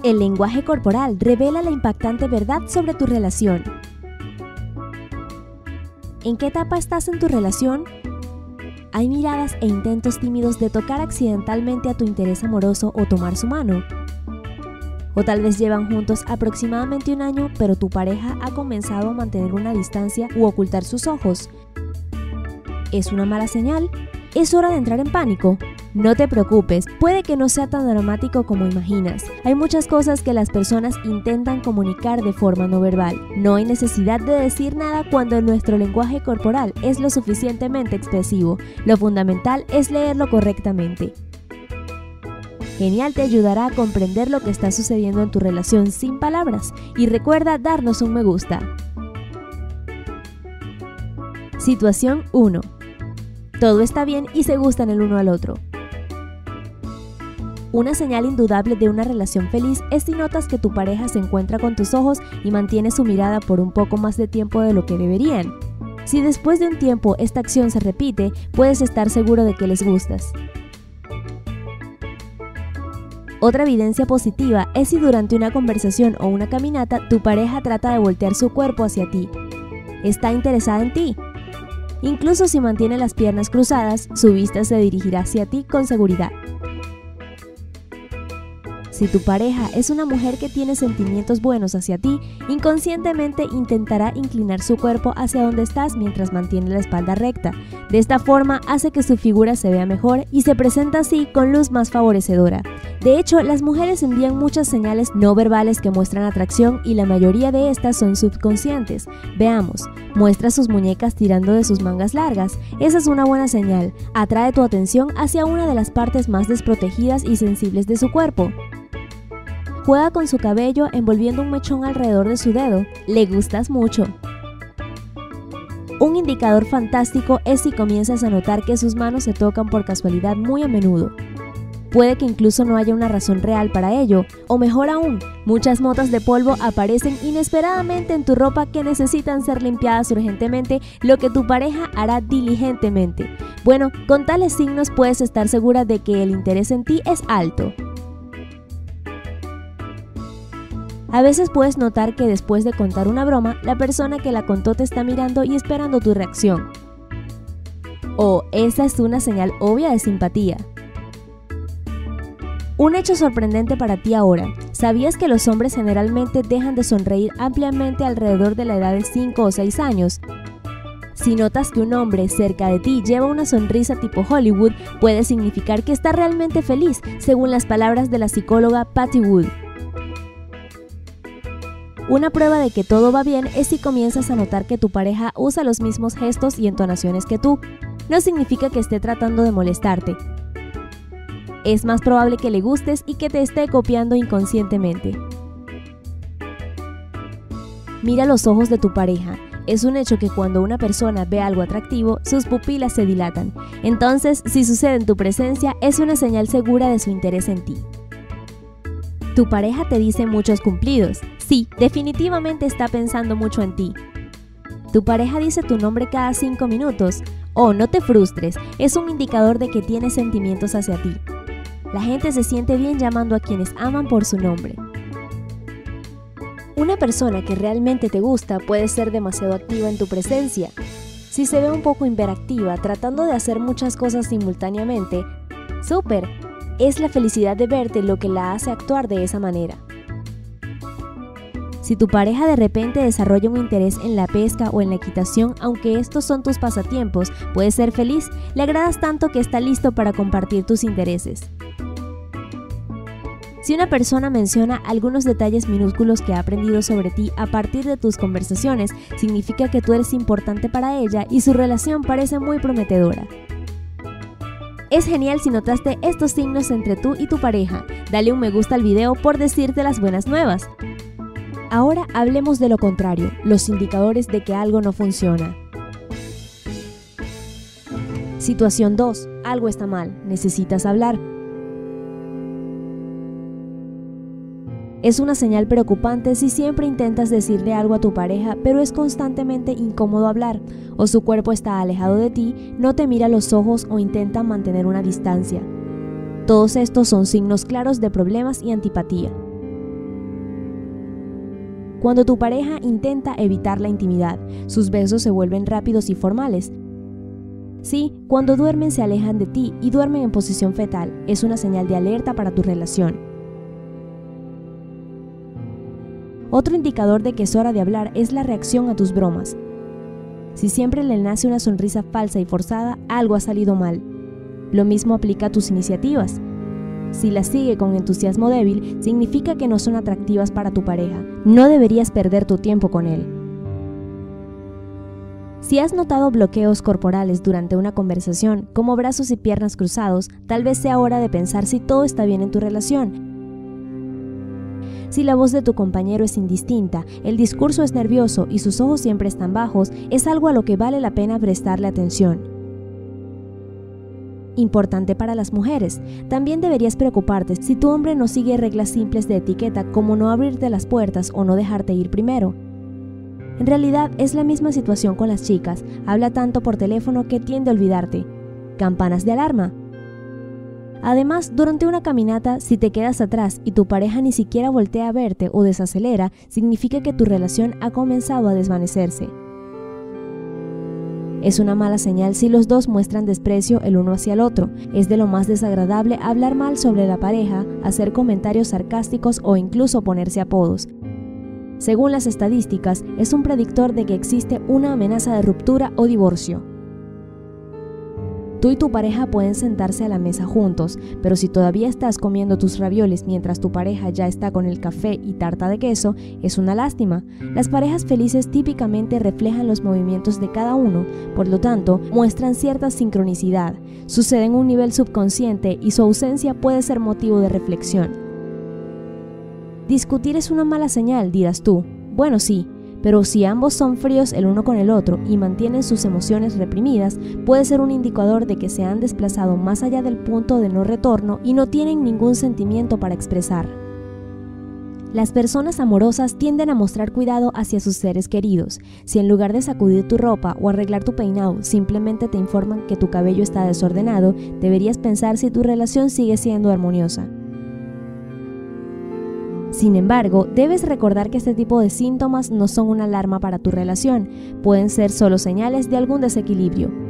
El lenguaje corporal revela la impactante verdad sobre tu relación. ¿En qué etapa estás en tu relación? ¿Hay miradas e intentos tímidos de tocar accidentalmente a tu interés amoroso o tomar su mano? O tal vez llevan juntos aproximadamente un año, pero tu pareja ha comenzado a mantener una distancia u ocultar sus ojos. ¿Es una mala señal? ¿Es hora de entrar en pánico? No te preocupes, puede que no sea tan dramático como imaginas. Hay muchas cosas que las personas intentan comunicar de forma no verbal. No hay necesidad de decir nada cuando nuestro lenguaje corporal es lo suficientemente expresivo. Lo fundamental es leerlo correctamente. Genial te ayudará a comprender lo que está sucediendo en tu relación sin palabras. Y recuerda darnos un me gusta. Situación 1. Todo está bien y se gustan el uno al otro. Una señal indudable de una relación feliz es si notas que tu pareja se encuentra con tus ojos y mantiene su mirada por un poco más de tiempo de lo que deberían. Si después de un tiempo esta acción se repite, puedes estar seguro de que les gustas. Otra evidencia positiva es si durante una conversación o una caminata tu pareja trata de voltear su cuerpo hacia ti. Está interesada en ti. Incluso si mantiene las piernas cruzadas, su vista se dirigirá hacia ti con seguridad. Si tu pareja es una mujer que tiene sentimientos buenos hacia ti, inconscientemente intentará inclinar su cuerpo hacia donde estás mientras mantiene la espalda recta. De esta forma hace que su figura se vea mejor y se presenta así con luz más favorecedora. De hecho, las mujeres envían muchas señales no verbales que muestran atracción y la mayoría de estas son subconscientes. Veamos, muestra sus muñecas tirando de sus mangas largas. Esa es una buena señal. Atrae tu atención hacia una de las partes más desprotegidas y sensibles de su cuerpo. Juega con su cabello envolviendo un mechón alrededor de su dedo. Le gustas mucho. Un indicador fantástico es si comienzas a notar que sus manos se tocan por casualidad muy a menudo. Puede que incluso no haya una razón real para ello, o mejor aún, muchas motas de polvo aparecen inesperadamente en tu ropa que necesitan ser limpiadas urgentemente, lo que tu pareja hará diligentemente. Bueno, con tales signos puedes estar segura de que el interés en ti es alto. A veces puedes notar que después de contar una broma, la persona que la contó te está mirando y esperando tu reacción. O esa es una señal obvia de simpatía. Un hecho sorprendente para ti ahora. ¿Sabías que los hombres generalmente dejan de sonreír ampliamente alrededor de la edad de 5 o 6 años? Si notas que un hombre cerca de ti lleva una sonrisa tipo Hollywood, puede significar que está realmente feliz, según las palabras de la psicóloga Patty Wood. Una prueba de que todo va bien es si comienzas a notar que tu pareja usa los mismos gestos y entonaciones que tú. No significa que esté tratando de molestarte. Es más probable que le gustes y que te esté copiando inconscientemente. Mira los ojos de tu pareja. Es un hecho que cuando una persona ve algo atractivo, sus pupilas se dilatan. Entonces, si sucede en tu presencia, es una señal segura de su interés en ti. Tu pareja te dice muchos cumplidos. Sí, definitivamente está pensando mucho en ti. Tu pareja dice tu nombre cada 5 minutos. Oh, no te frustres, es un indicador de que tiene sentimientos hacia ti. La gente se siente bien llamando a quienes aman por su nombre. Una persona que realmente te gusta puede ser demasiado activa en tu presencia. Si se ve un poco hiperactiva, tratando de hacer muchas cosas simultáneamente, ¡súper! Es la felicidad de verte lo que la hace actuar de esa manera. Si tu pareja de repente desarrolla un interés en la pesca o en la equitación, aunque estos son tus pasatiempos, puedes ser feliz, le agradas tanto que está listo para compartir tus intereses. Si una persona menciona algunos detalles minúsculos que ha aprendido sobre ti a partir de tus conversaciones, significa que tú eres importante para ella y su relación parece muy prometedora. Es genial si notaste estos signos entre tú y tu pareja. Dale un me gusta al video por decirte las buenas nuevas. Ahora hablemos de lo contrario, los indicadores de que algo no funciona. Situación 2. Algo está mal, necesitas hablar. Es una señal preocupante si siempre intentas decirle algo a tu pareja, pero es constantemente incómodo hablar, o su cuerpo está alejado de ti, no te mira a los ojos o intenta mantener una distancia. Todos estos son signos claros de problemas y antipatía. cuando tu pareja intenta evitar la intimidad, sus besos se vuelven rápidos y formales. Sí, cuando duermen se alejan de ti y duermen en posición fetal, es una señal de alerta para tu relación. Otro indicador de que es hora de hablar es la reacción a tus bromas. Si siempre le nace una sonrisa falsa y forzada, algo ha salido mal. Lo mismo aplica a tus iniciativas. Si las sigue con entusiasmo débil, significa que no son atractivas para tu pareja. No deberías perder tu tiempo con él. Si has notado bloqueos corporales durante una conversación, como brazos y piernas cruzados, tal vez sea hora de pensar si todo está bien en tu relación. Si la voz de tu compañero es indistinta, el discurso es nervioso y sus ojos siempre están bajos, es algo a lo que vale la pena prestarle atención. Importante para las mujeres, también deberías preocuparte si tu hombre no sigue reglas simples de etiqueta como no abrirte las puertas o no dejarte ir primero. En realidad es la misma situación con las chicas, habla tanto por teléfono que tiende a olvidarte. Campanas de alarma. Además, durante una caminata, si te quedas atrás y tu pareja ni siquiera voltea a verte o desacelera, significa que tu relación ha comenzado a desvanecerse. Es una mala señal si los dos muestran desprecio el uno hacia el otro. Es de lo más desagradable hablar mal sobre la pareja, hacer comentarios sarcásticos o incluso ponerse apodos. Según las estadísticas, es un predictor de que existe una amenaza de ruptura o divorcio. Tú y tu pareja pueden sentarse a la mesa juntos, pero si todavía estás comiendo tus ravioles mientras tu pareja ya está con el café y tarta de queso, es una lástima. Las parejas felices típicamente reflejan los movimientos de cada uno, por lo tanto, muestran cierta sincronicidad, sucede en un nivel subconsciente y su ausencia puede ser motivo de reflexión. Discutir es una mala señal, dirás tú. Bueno, sí. Pero si ambos son fríos el uno con el otro y mantienen sus emociones reprimidas, puede ser un indicador de que se han desplazado más allá del punto de no retorno y no tienen ningún sentimiento para expresar. Las personas amorosas tienden a mostrar cuidado hacia sus seres queridos. Si en lugar de sacudir tu ropa o arreglar tu peinado, simplemente te informan que tu cabello está desordenado, deberías pensar si tu relación sigue siendo armoniosa. Sin embargo, debes recordar que este tipo de síntomas no son una alarma para tu relación, pueden ser solo señales de algún desequilibrio.